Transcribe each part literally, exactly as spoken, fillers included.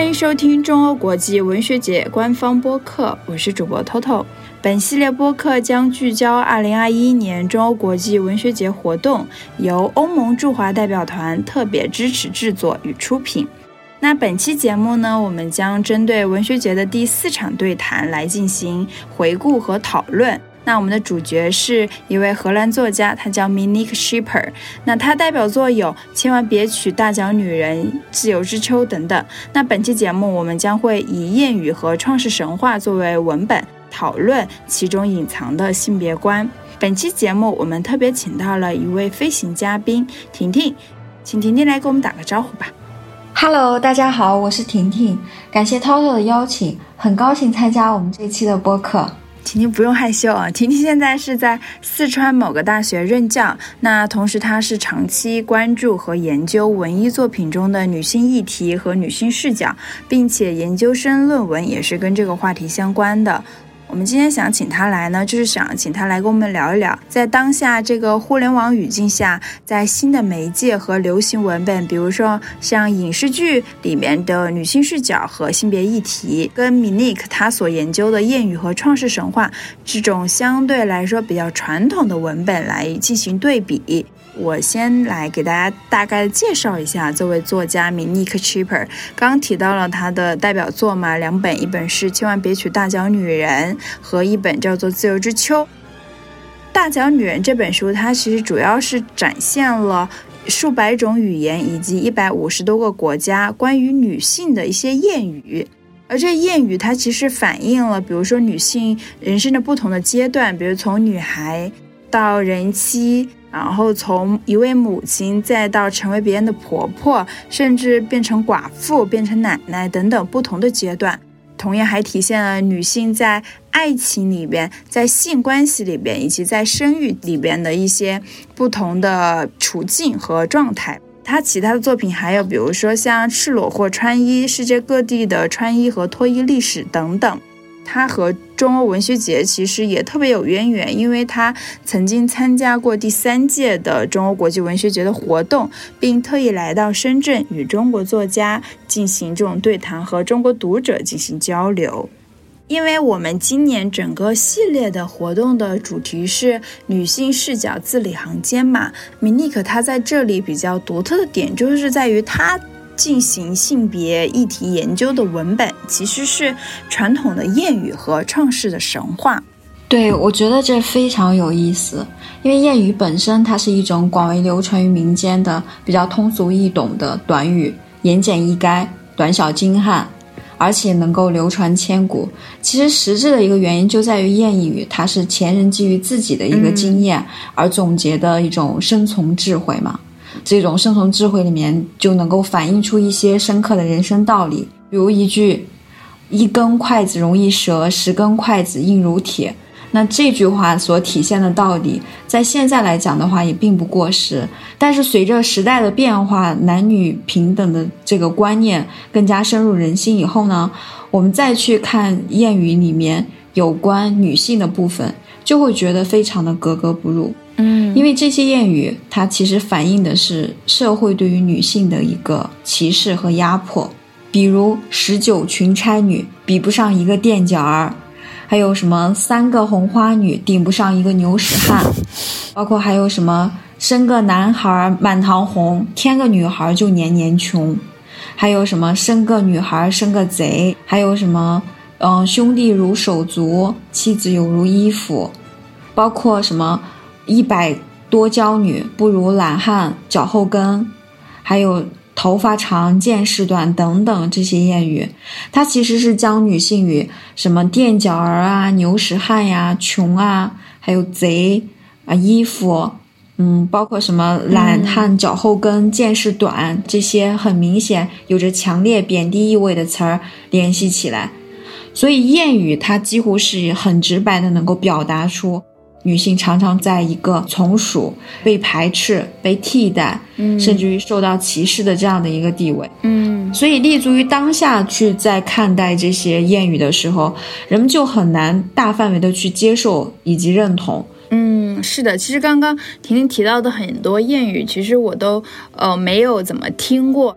迎收听中欧国际文学节官方播客，我是主播 Toto。 本系列播客将聚焦二零二一年中欧国际文学节活动，由欧盟驻华代表团特别支持制作与出品。那本期节目呢，我们将针对文学节的第四场对谈来进行回顾和讨论。那我们的主角是一位荷兰作家，他叫 Monique Schipper。 那他代表作有千万别娶大脚女人、自由之秋等等。那本期节目我们将会以谚语和创世神话作为文本，讨论其中隐藏的性别观。本期节目我们特别请到了一位飞行嘉宾婷婷，请婷婷来给我们打个招呼吧。 Hello， 大家好，我是婷婷，感谢 Toto 的邀请，很高兴参加我们这期的播客。 婷婷不用害羞啊，婷婷现在是在四川某个大学任教，那同时她是长期关注和研究文艺作品中的女性议题和女性视角，并且研究生论文也是跟这个话题相关的。我们今天想请他来呢，就是想请他来跟我们聊一聊，在当下这个互联网语境下，在新的媒介和流行文本，比如说像影视剧里面的女性视角和性别议题，跟 Monique 他所研究的谚语和创世神话这种相对来说比较传统的文本来进行对比。我先来给大家大概介绍一下这位作家 Monique Schipper。 刚刚提到了他的代表作嘛，两本，一本是千万别娶大脚女人，和一本叫做自由之秋。大脚女人这本书它其实主要是展现了数百种语言以及一百五十多个国家关于女性的一些谚语，而这谚语它其实反映了比如说女性人生的不同的阶段，比如从女孩到人妻，然后从一位母亲再到成为别人的婆婆，甚至变成寡妇，变成奶奶等等不同的阶段。同样还体现了女性在爱情里边、在性关系里边以及在生育里边的一些不同的处境和状态。他其他的作品还有比如说像赤裸或穿衣、世界各地的穿衣和脱衣历史等等。他和中欧文学节其实也特别有渊源，因为他曾经参加过第三届的中欧国际文学节的活动，并特意来到深圳与中国作家进行这种对谈，和中国读者进行交流。因为我们今年整个系列的活动的主题是女性视角字里行间嘛， Monique 她在这里比较独特的点就是在于她进行性别议题研究的文本其实是传统的谚语和创世的神话。 对，我觉得这非常有意思，因为谚语本身它是一种广为流传于民间的比较通俗易懂的短语，言简意赅，短小精悍，而且能够流传千古。其实实质的一个原因就在于谚语它是前人基于自己的一个经验而总结的一种生存智慧嘛，这种生存智慧里面就能够反映出一些深刻的人生道理，比如一句一根筷子容易折，十根筷子硬如铁。那这句话所体现的道理在现在来讲的话也并不过时，但是随着时代的变化，男女平等的这个观念更加深入人心以后呢，我们再去看谚语里面有关女性的部分，就会觉得非常的格格不入。 嗯， 因为这些谚语它其实反映的是社会对于女性的一个歧视和压迫，比如十九群差女比不上一个垫脚儿，还有什么三个红花女顶不上一个牛屎汉，包括还有什么生个男孩满堂红，添个女孩就年年穷，还有什么生个女孩生个贼，还有什么嗯、呃，兄弟如手足，妻子有如衣服，包括什么一百多娇女不如懒汉脚后跟，还有头发长见识短等等这些谚语，它其实是将女性与什么垫脚儿啊、牛屎汉呀、穷啊，还有贼啊、衣服，嗯，包括什么懒汉脚后跟、见识短这些很明显有着强烈贬低意味的词儿联系起来，所以谚语它几乎是很直白的能够表达出女性常常在一个从属、被排斥、被替代、嗯、甚至于受到歧视的这样的一个地位。 嗯， 所以立足于当下去在看待这些谚语的时候，人们就很难大范围的去接受以及认同。 嗯，是的，其实刚刚婷婷提到的很多谚语，其实我都呃没有怎么听过。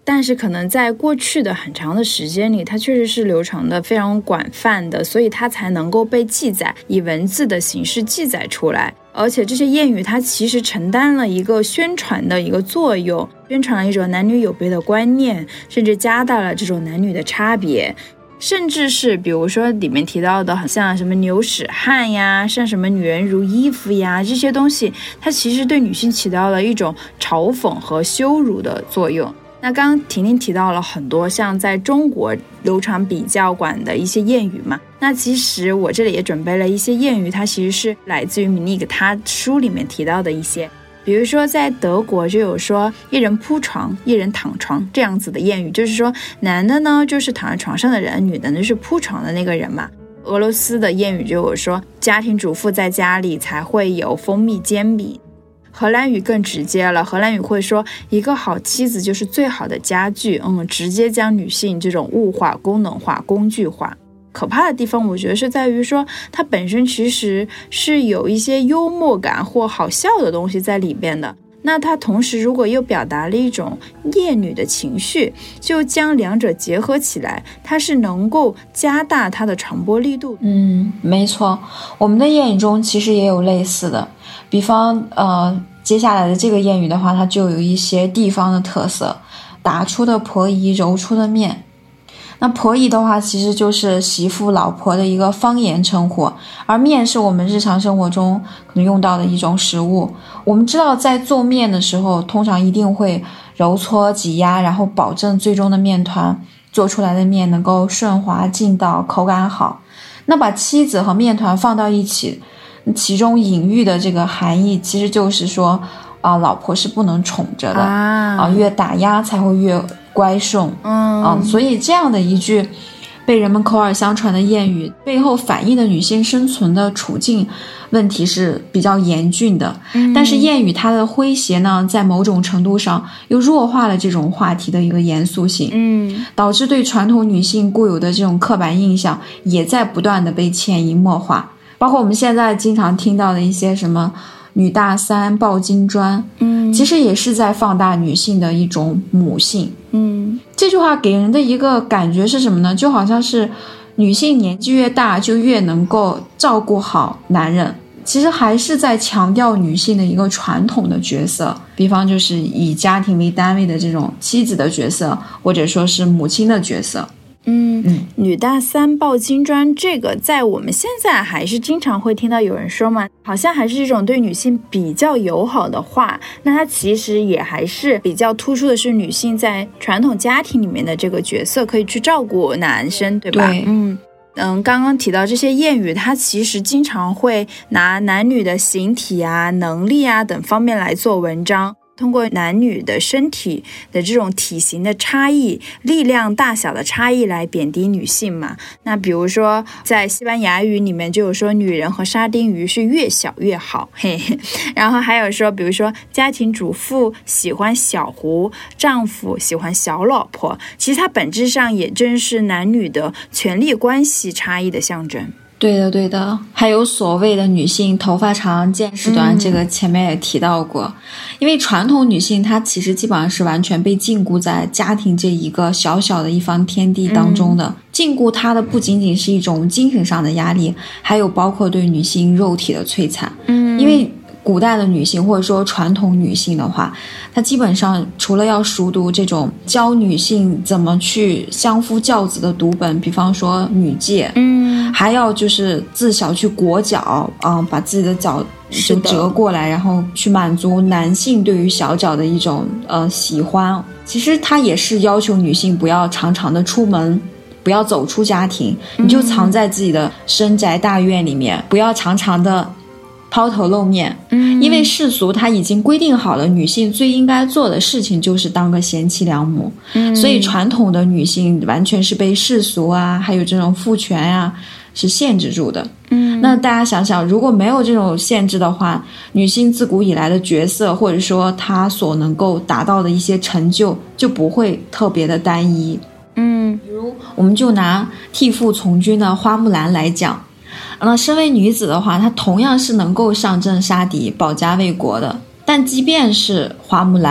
但是可能在过去的很长的时间里，它确实是流传的非常广泛的，所以它才能够被记载，以文字的形式记载出来。而且这些谚语它其实承担了一个宣传的一个作用，宣传了一种男女有别的观念，甚至加大了这种男女的差别。甚至是比如说里面提到的像什么牛屎汗呀，像什么女人如衣服呀，这些东西它其实对女性起到了一种嘲讽和羞辱的作用。那刚刚婷婷提到了很多像在中国流传比较广的一些谚语嘛，那其实我这里也准备了一些谚语，它其实是来自于米尼克他书里面提到的一些。比如说在德国就有说一人铺床一人躺床这样子的谚语，就是说男的呢就是躺在床上的人，女的呢是铺床的那个人嘛。俄罗斯的谚语就有说家庭主妇在家里才会有蜂蜜煎饼。荷兰语更直接了，荷兰语会说一个好妻子就是最好的家具，嗯，直接将女性这种物化、功能化、工具化。可怕的地方我觉得是在于说它本身其实是有一些幽默感或好笑的东西在里边的，那它同时如果又表达了一种厌女的情绪，就将两者结合起来，它是能够加大它的传播力度。 嗯，没错，我们的谚语中其实也有类似的，比方呃，接下来的这个谚语的话，它就有一些地方的特色，打出的婆姨，揉出的面。那婆姨的话其实就是媳妇老婆的一个方言称呼，而面是我们日常生活中可能用到的一种食物。我们知道在做面的时候通常一定会揉搓挤压，然后保证最终的面团做出来的面能够顺滑劲道，口感好。那把妻子和面团放到一起，其中隐喻的这个含义其实就是说啊、呃，老婆是不能宠着的啊、呃，越打压才会越乖顺。嗯、呃，所以这样的一句被人们口耳相传的谚语背后反映的女性生存的处境问题是比较严峻的。嗯、但是谚语它的诙谐呢，在某种程度上又弱化了这种话题的一个严肃性。嗯，导致对传统女性固有的这种刻板印象也在不断的被潜移默化。包括我们现在经常听到的一些什么女大三抱金砖，嗯，其实也是在放大女性的一种母性。嗯，这句话给人的一个感觉是什么呢？就好像是女性年纪越大就越能够照顾好男人，其实还是在强调女性的一个传统的角色，比方就是以家庭为单位的这种妻子的角色，或者说是母亲的角色。 嗯嗯，女大三抱金砖，这个在我们现在还是经常会听到有人说嘛，好像还是一种对女性比较友好的话。那它其实也还是比较突出的是女性在传统家庭里面的这个角色，可以去照顾男生，对吧？ 对， 嗯。嗯，刚刚提到这些谚语，它其实经常会拿男女的形体啊、能力啊等方面来做文章。通过男女的身体的这种体型的差异、力量大小的差异来贬低女性嘛。那比如说在西班牙语里面就有说女人和沙丁鱼是越小越好，嘿嘿。然后还有说比如说家庭主妇喜欢小胡，丈夫喜欢小老婆，其实它本质上也正是男女的权力关系差异的象征。 对的对的，还有所谓的女性头发长见识短、嗯、这个前面也提到过。因为传统女性她其实基本上是完全被禁锢在家庭这一个小小的一方天地当中的、嗯、禁锢她的不仅仅是一种精神上的压力，还有包括对女性肉体的摧残。嗯，因为古代的女性或者说传统女性的话，她基本上除了要熟读这种教女性怎么去相夫教子的读本，比方说女诫，嗯，还要就是自小去裹脚啊、呃，把自己的脚就折过来，然后去满足男性对于小脚的一种呃喜欢。其实她也是要求女性不要常常的出门，不要走出家庭，你就藏在自己的深宅大院里面，不要常常的抛头露面。嗯，因为世俗它已经规定好了女性最应该做的事情就是当个贤妻良母。嗯，所以传统的女性完全是被世俗啊还有这种父权啊是限制住的。嗯，那大家想想，如果没有这种限制的话，女性自古以来的角色或者说她所能够达到的一些成就就不会特别的单一。嗯，比如我们就拿替父从军的花木兰来讲，那身为女子的话，她同样是能够上阵杀敌保家卫国的。但即便是花木兰，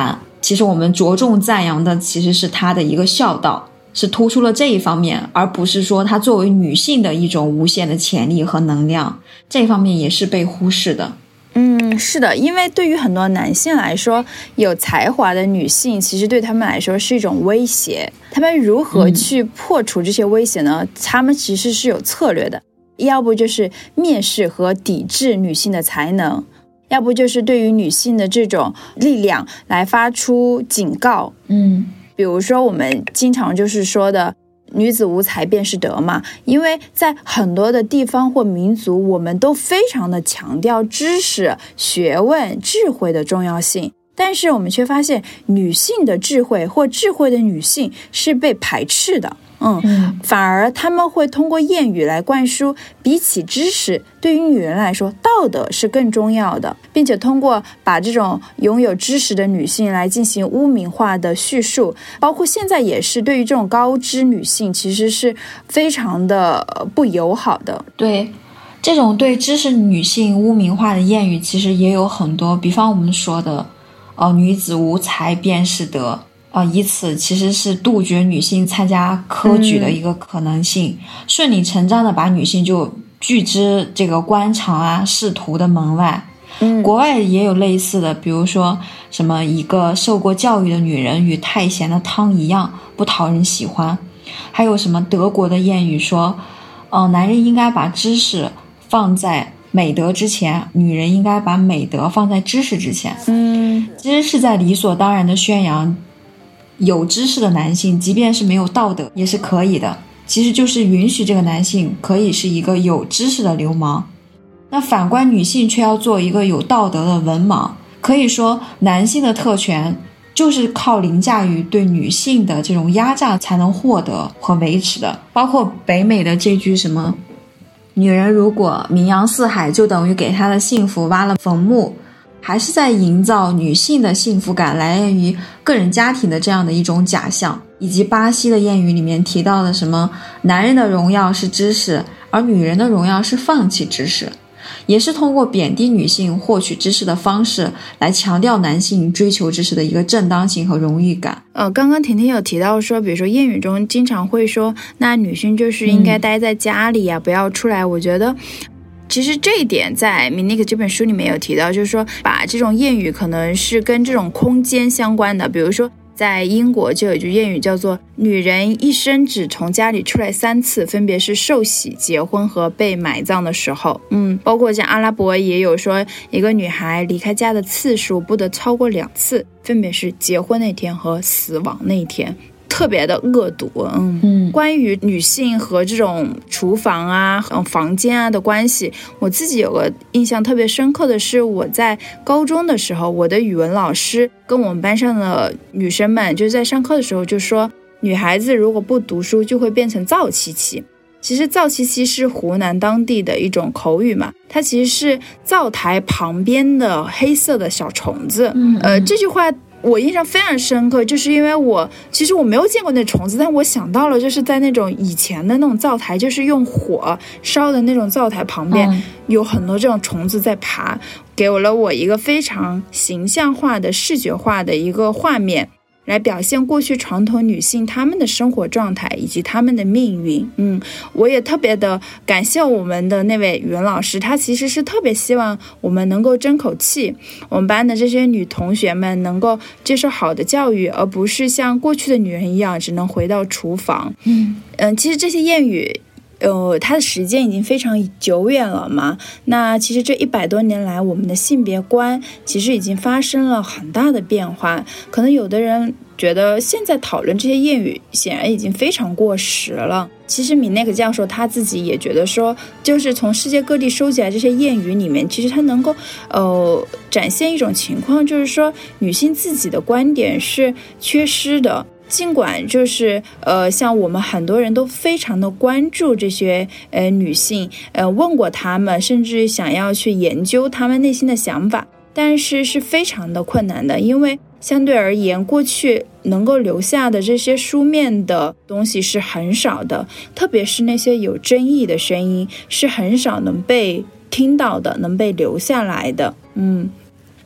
其实我们着重赞扬的其实是她的一个孝道，是突出了这一方面，而不是说她作为女性的一种无限的潜力和能量，这方面也是被忽视的。 嗯，是的，因为对于很多男性来说，有才华的女性其实对他们来说是一种威胁。他们如何去破除这些威胁呢？嗯、他们其实是有策略的，要不就是蔑视和抵制女性的才能，要不就是对于女性的这种力量来发出警告。 嗯， 比如说我们经常就是说的女子无才便是德嘛，因为在很多的地方或民族，我们都非常的强调知识、学问、智慧的重要性，但是我们却发现女性的智慧或智慧的女性是被排斥的。嗯， 嗯反而他们会通过谚语来灌输，比起知识，对于女人来说，道德是更重要的，并且通过把这种拥有知识的女性来进行污名化的叙述，包括现在也是对于这种高知女性，其实是非常的不友好的。 对，这种对知识女性污名化的谚语其实也有很多，比方我们说的，呃，女子无才便是德。呃，以此其实是杜绝女性参加科举的一个可能性，嗯、顺理成章的把女性就拒之这个官场啊、仕途的门外。 嗯， 国外也有类似的，比如说什么一个受过教育的女人与太咸的汤一样不讨人喜欢，还有什么德国的谚语说，呃，男人应该把知识放在美德之前，女人应该把美德放在知识之前。 嗯， 其实是在理所当然的宣扬有知识的男性即便是没有道德也是可以的，其实就是允许这个男性可以是一个有知识的流氓。那反观女性却要做一个有道德的文盲，可以说男性的特权就是靠凌驾于对女性的这种压榨才能获得和维持的。包括北美的这句什么女人如果名扬四海就等于给她的幸福挖了坟墓，还是在营造女性的幸福感来源于个人家庭的这样的一种假象。以及巴西的谚语里面提到的什么男人的荣耀是知识，而女人的荣耀是放弃知识，也是通过贬低女性获取知识的方式来强调男性追求知识的一个正当性和荣誉感。 呃，刚刚婷婷有提到说，比如说谚语中经常会说，那女性就是应该待在家里呀、啊嗯、不要出来。我觉得其实这一点在 Monique 这本书里面有提到，就是说把这种谚语可能是跟这种空间相关的。比如说在英国就有一句谚语叫做女人一生只从家里出来三次，分别是受洗、结婚和被埋葬的时候。嗯，包括像阿拉伯也有说一个女孩离开家的次数不得超过两次，分别是结婚那天和死亡那一天，特别的恶毒。嗯嗯，关于女性和这种厨房啊、嗯、房间啊的关系，我自己有个印象特别深刻的是，我在高中的时候，我的语文老师跟我们班上的女生们就在上课的时候就说，女孩子如果不读书就会变成皂漆漆。其实皂漆漆是湖南当地的一种口语嘛，它其实是灶台旁边的黑色的小虫子。嗯嗯呃，这句话我印象非常深刻，就是因为我其实我没有见过那虫子，但我想到了就是在那种以前的那种灶台，就是用火烧的那种灶台旁边、嗯、有很多这种虫子在爬，给我了我一个非常形象化的视觉化的一个画面，来表现过去传统女性她们的生活状态以及她们的命运。嗯，我也特别的感谢我们的那位语文老师，他其实是特别希望我们能够争口气，我们班的这些女同学们能够接受好的教育，而不是像过去的女人一样只能回到厨房。嗯嗯，其实这些谚语呃，它的时间已经非常久远了嘛。那其实这一百多年来，我们的性别观其实已经发生了很大的变化。可能有的人觉得现在讨论这些谚语，显然已经非常过时了。其实米内克教授他自己也觉得说，就是从世界各地收集来这些谚语里面，其实他能够呃展现一种情况，就是说女性自己的观点是缺失的。尽管就是呃，像我们很多人都非常的关注这些呃女性，呃问过她们，甚至想要去研究她们内心的想法，但是是非常的困难的，因为相对而言，过去能够留下的这些书面的东西是很少的，特别是那些有争议的声音是很少能被听到的，能被留下来的。嗯。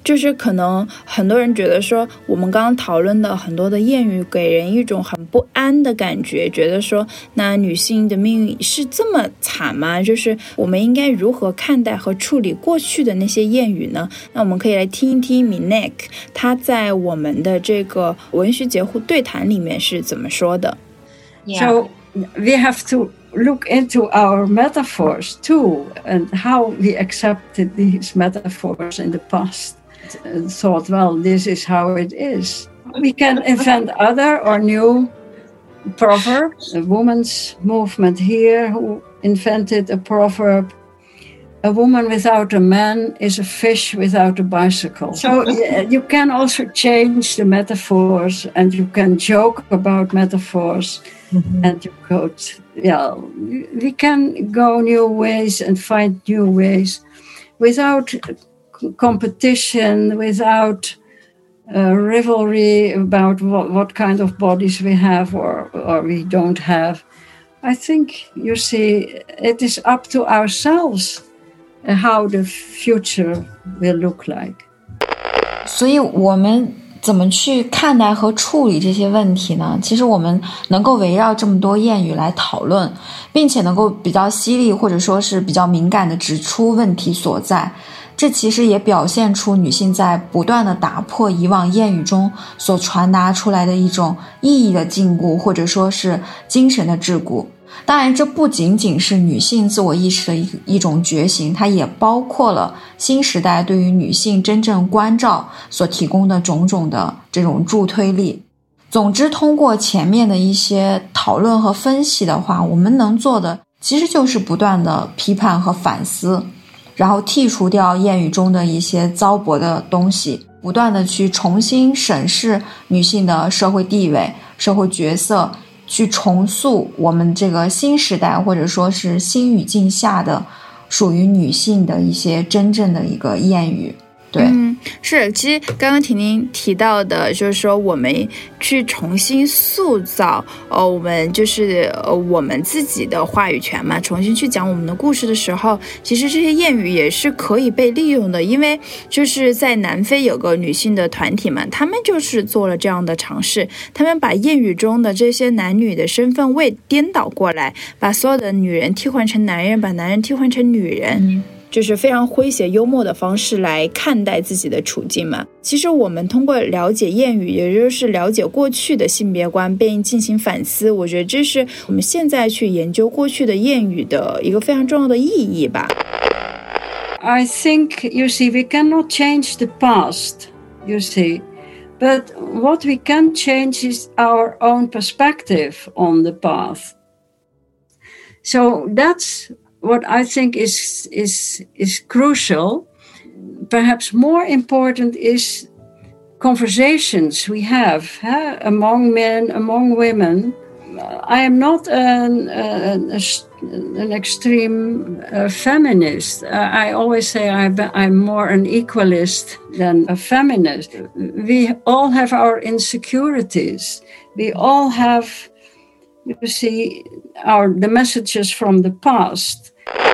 就是可能很多人觉得说我们刚刚讨论的很多的谚语给人一种很不安的感觉，觉得说那女性的命运是这么惨吗？就是我们应该如何看待和处理过去的那些谚语呢？那我们可以来听一听 Minek 她在我们的这个文学节目对谈里面是怎么说的。 So we have to look into our metaphors too, and how we accepted these metaphors in the past and thought, well, this is how it is. We can invent other or new proverbs. A woman's movement here who invented a proverb: a woman without a man is a fish without a bicycle. So you can also change the metaphors, and you can joke about metaphors. Mm-hmm. And you could, yeah, we can go new ways and find new ways without competition, without uh, rivalry about what, what kind of bodies we have or, or we don't have. I think, you see, it is up to ourselves how the future will look like. 所以我们怎么去看待和处理这些问题呢？其实我们能够围绕这么多谚语来讨论，并且能够比较犀利或者说是比较敏感地指出问题所在，这其实也表现出女性在不断地打破以往谚语中所传达出来的一种意义的禁锢，或者说是精神的桎梏。当然这不仅仅是女性自我意识的一一种觉醒，它也包括了新时代对于女性真正关照所提供的种种的这种助推力。总之，通过前面的一些讨论和分析的话，我们能做的其实就是不断的批判和反思，然后剔除掉谚语中的一些糟粕的东西，不断的去重新审视女性的社会地位、社会角色，去重塑我们这个新时代或者说是新语境下的属于女性的一些真正的一个谚语。对， 嗯，是，其实刚刚婷婷提到的就是说我们去重新塑造呃，我们就是呃我们自己的话语权嘛，重新去讲我们的故事的时候，其实这些谚语也是可以被利用的。因为就是在南非有个女性的团体嘛，他们就是做了这样的尝试，他们把谚语中的这些男女的身份位颠倒过来，把所有的女人替换成男人，把男人替换成女人，嗯，就是非常诙谐幽默的方式来看待自己的处境嘛。其实我们通过了解谚语，也就是了解过去的性别观并进行反思，我觉得这是我们现在去研究过去的谚语的一个非常重要的意义吧。 I think, you see, we cannot change the past, you see, but what we can change is our own perspective on the past. So that's what I think is is is crucial. Perhaps more important is conversations we have huh, among men, among women. I am not an, an, an extreme uh, feminist. Uh, I always say I'm, I'm more an equalist than a feminist. We all have our insecurities. We all have, you see, our the messages from the past.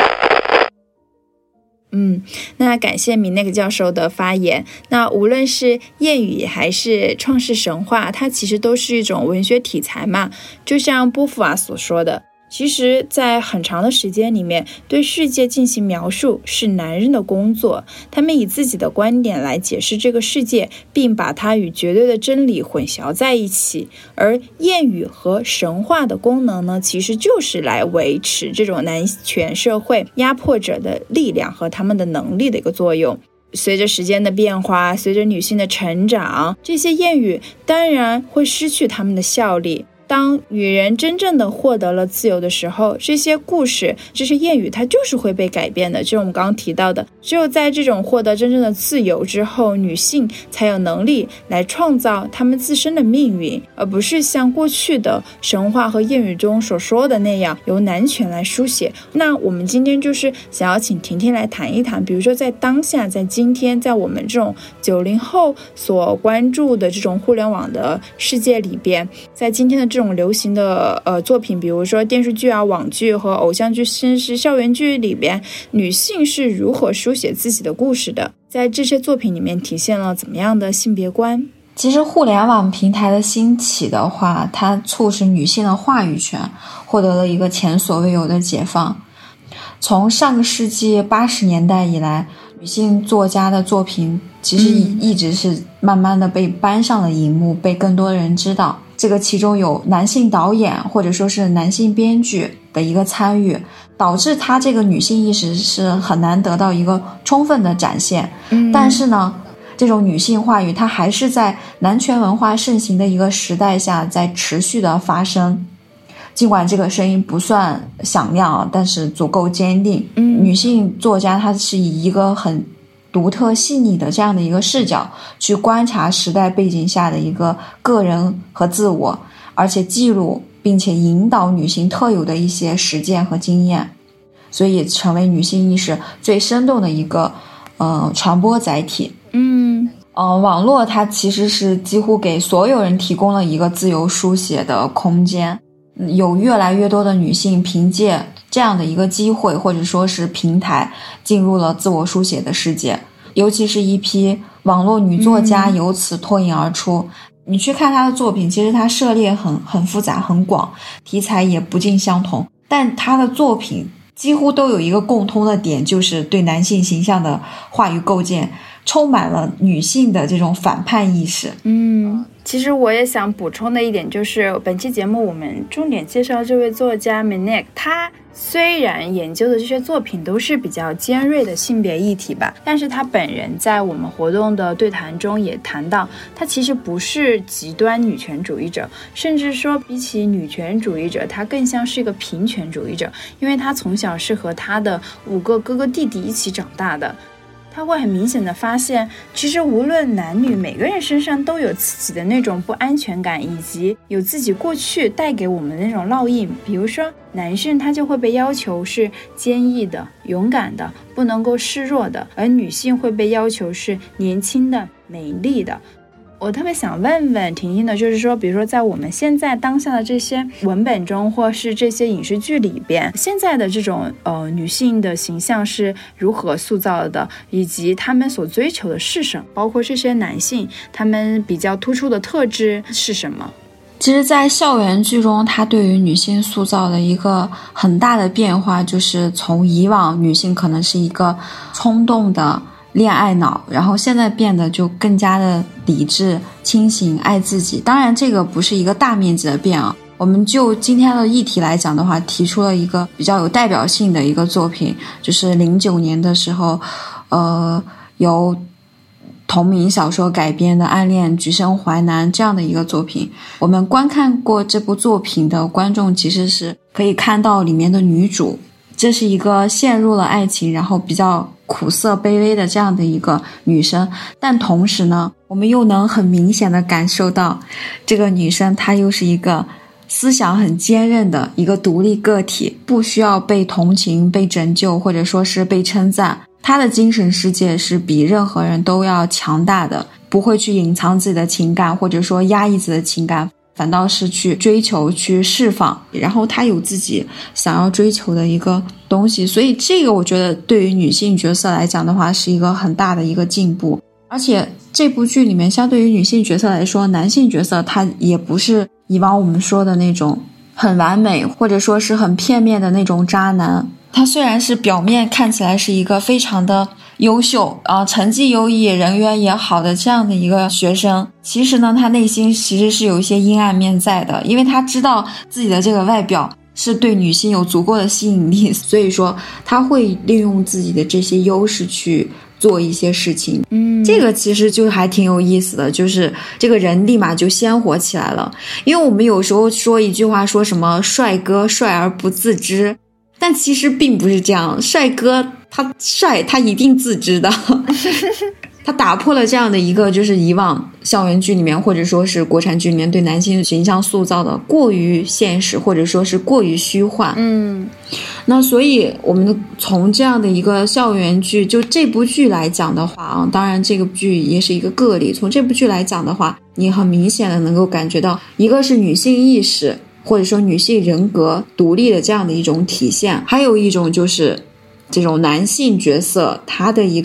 嗯，那感谢米内克教授的发言。那无论是谚语还是创世神话，它其实都是一种文学题材嘛。就像波伏娃所说的，其实在很长的时间里面，对世界进行描述是男人的工作，他们以自己的观点来解释这个世界，并把它与绝对的真理混淆在一起。而谚语和神话的功能呢，其实就是来维持这种男权社会压迫者的力量和他们的能力的一个作用。随着时间的变化，随着女性的成长，这些谚语当然会失去他们的效力。当女人真正的获得了自由的时候，这些故事，这些谚语它就是会被改变的。就是我们刚刚提到的，只有在这种获得真正的自由之后，女性才有能力来创造她们自身的命运，而不是像过去的神话和谚语中所说的那样由男权来书写。那我们今天就是想要请婷婷来谈一谈，比如说在当下，在今天，在我们这种九零后所关注的这种互联网的世界里边，在今天的这种这种流行的呃作品，比如说电视剧啊、网剧和偶像剧，甚至是校园剧里边，女性是如何书写自己的故事的？ 在这些作品里面体现了怎么样的性别观？ 其实互联网平台的兴起的话，它促使女性的话语权获得了一个前所未有的解放。从上个世纪八十年代以来，女性作家的作品其实一直是慢慢的被搬上了荧幕，被更多人知道。这个其中有男性导演或者说是男性编剧的一个参与，导致她这个女性意识是很难得到一个充分的展现。 嗯、 但是呢，这种女性话语它还是在男权文化盛行的一个时代下在持续的发生。尽管这个声音不算响亮，但是足够坚定。 嗯， 女性作家她是以一个很独特细腻的这样的一个视角去观察时代背景下的一个个人和自我，而且记录并且引导女性特有的一些实践和经验，所以成为女性意识最生动的一个呃传播载体。 嗯呃，网络它其实是几乎给所有人提供了一个自由书写的空间，有越来越多的女性凭借这样的一个机会或者说是平台进入了自我书写的世界，尤其是一批网络女作家由此脱颖而出。嗯、你去看她的作品，其实她涉猎很很复杂很广，题材也不尽相同，但她的作品几乎都有一个共通的点，就是对男性形象的话语构建充满了女性的这种反叛意识。 嗯，其实我也想补充的一点就是，本期节目我们重点介绍这位作家 Mennech， 他虽然研究的这些作品都是比较尖锐的性别议题吧，但是他本人在我们活动的对谈中也谈到，他其实不是极端女权主义者，甚至说比起女权主义者，他更像是一个平权主义者，因为他从小是和他的五个哥哥弟弟一起长大的。他会很明显的发现，其实无论男女，每个人身上都有自己的那种不安全感，以及有自己过去带给我们的那种烙印。比如说男生他就会被要求是坚毅的、勇敢的，不能够示弱的，而女性会被要求是年轻的、美丽的。我特别想问问婷婷的，就是说比如说在我们现在当下的这些文本中，或是这些影视剧里边，现在的这种呃女性的形象是如何塑造的，以及他们所追求的是什么，包括这些男性他们比较突出的特质是什么。 其实在校园剧中，它对于女性塑造的一个很大的变化，就是从以往女性可能是一个冲动的恋爱脑，然后现在变得就更加的理智、清醒、爱自己。当然这个不是一个大面积的变啊，我们就今天的议题来讲的话，提出了一个比较有代表性的一个作品，就是零九年的时候呃，由同名小说改编的《暗恋橘生淮南》这样的一个作品。我们观看过这部作品的观众其实是可以看到里面的女主，这是一个陷入了爱情然后比较苦涩卑微的这样的一个女生，但同时呢，我们又能很明显的感受到这个女生她又是一个思想很坚韧的一个独立个体，不需要被同情、被拯救或者说是被称赞。她的精神世界是比任何人都要强大的，不会去隐藏自己的情感或者说压抑自己的情感，反倒是去追求去释放，然后她有自己想要追求的一个东西。所以这个我觉得对于女性角色来讲的话是一个很大的一个进步。而且这部剧里面相对于女性角色来说，男性角色他也不是以往我们说的那种很完美或者说是很片面的那种渣男。他虽然是表面看起来是一个非常的优秀啊，成绩优异、人缘也好的这样的一个学生，其实呢他内心其实是有一些阴暗面在的，因为他知道自己的这个外表是对女性有足够的吸引力，所以说他会利用自己的这些优势去做一些事情。 嗯， 这个其实就还挺有意思的，就是这个人立马就鲜活起来了。因为我们有时候说一句话，说什么帅哥帅而不自知，但其实并不是这样，帅哥他帅他一定自知的他打破了这样的一个就是以往校园剧里面或者说是国产剧里面对男性形象塑造的过于现实或者说是过于虚幻。 嗯， 那所以我们从这样的一个校园剧，就这部剧来讲的话啊，当然这个剧也是一个个例，从这部剧来讲的话，你很明显的能够感觉到，一个是女性意识或者说女性人格独立的这样的一种体现，还有一种就是这种男性角色他的一个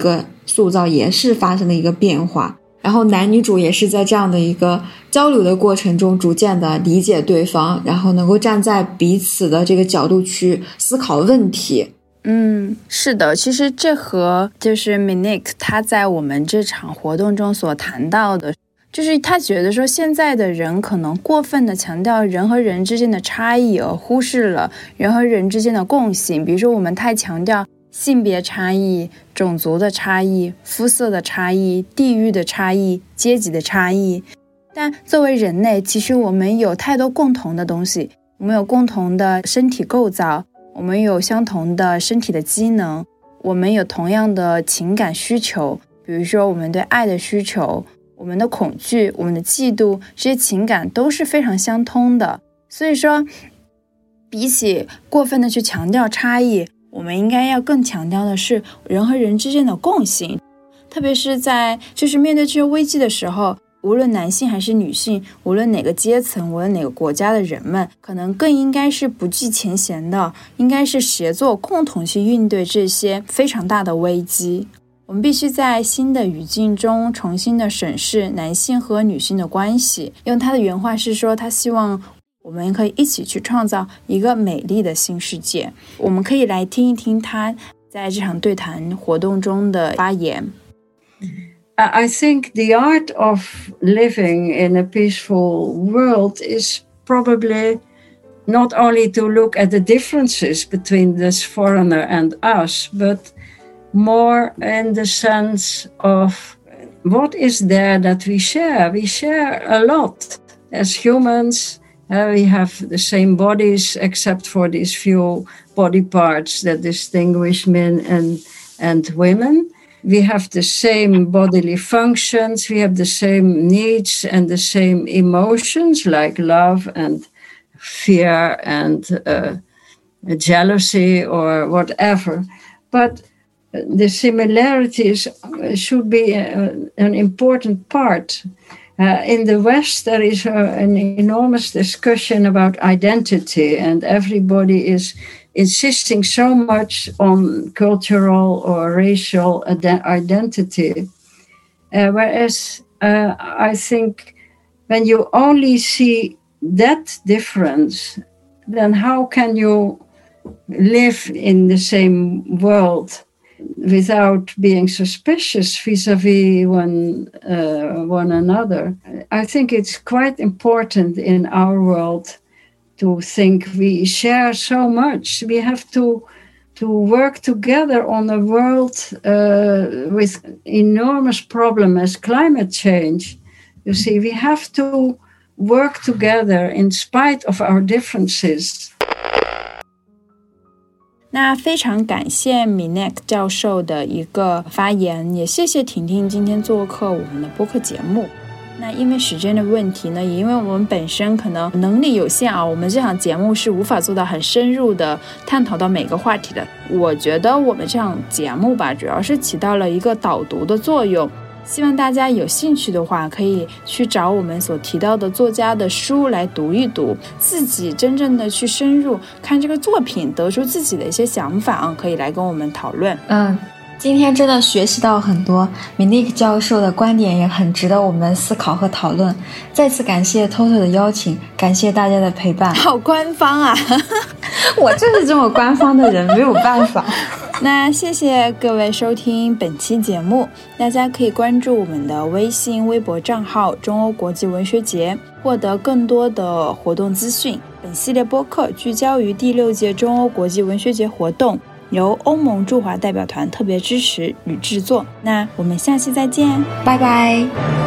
塑造也是发生了一个变化，然后男女主也是在这样的一个交流的过程中逐渐的理解对方，然后能够站在彼此的这个角度去思考问题。 嗯，是的，其实这和就是 Monique 他在我们这场活动中所谈到的，就是他觉得说现在的人可能过分的强调人和人之间的差异，而忽视了人和人之间的共性。比如说我们太强调性别差异、种族的差异、肤色的差异、地域的差异、阶级的差异，但作为人类，其实我们有太多共同的东西，我们有共同的身体构造，我们有相同的身体的机能，我们有同样的情感需求，比如说我们对爱的需求，我们的恐惧，我们的嫉妒，这些情感都是非常相通的。所以说比起过分的去强调差异，我们应该要更强调的是人和人之间的共性。特别是在就是面对这些危机的时候，无论男性还是女性，无论哪个阶层，无论哪个国家的人们，可能更应该是不计前嫌的，应该是协作共同去应对这些非常大的危机。我们必须在新的语境中重新的审视男性和女性的关系。用他的原话是说，他希望我们可以一起去创造一个美丽的新世界。我们可以来听一听他在这场对谈活动中的发言。 I think the art of living in a peaceful world is probably not only to look at the differences between this foreigner and us, but more in the sense of what is there that we share. We share a lot as humans. Uh, we have the same bodies except for these few body parts that distinguish men and, and women. We have the same bodily functions, we have the same needs and the same emotions like love and fear and uh, jealousy or whatever. But the similarities should be a, an important part. Uh, in the West, there is a, an enormous discussion about identity, and everybody is insisting so much on cultural or racial ad- identity. Uh, whereas uh, I think when you only see that difference, then how can you live in the same world without being suspicious vis-a-vis one, uh, one another? I think it's quite important in our world to think we share so much. We have to to work together on a world uh, with enormous problem as climate change. You see, we have to work together in spite of our differences. 那非常感谢 Monique 教授的一个发言，也谢谢婷婷今天做客我们的播客节目。那因为时间的问题呢，也因为我们本身可能能力有限啊，我们这场节目是无法做到很深入的探讨到每个话题的。我觉得我们这场节目吧，主要是起到了一个导读的作用，希望大家有兴趣的话，可以去找我们所提到的作家的书来读一读，自己真正的去深入看这个作品，得出自己的一些想法啊，可以来跟我们讨论。 嗯。今天真的学习到很多， Monique 教授的观点也很值得我们思考和讨论。再次感谢 Toto 的邀请，感谢大家的陪伴。 好官方啊我就是这么官方的人，没有办法。 那谢谢各位收听本期节目，大家可以关注我们的微信微博账号中欧国际文学节，获得更多的活动资讯。本系列播客聚焦于第六届中欧国际文学节活动，由欧盟驻华代表团特别支持与制作。那我们下期再见， 拜拜。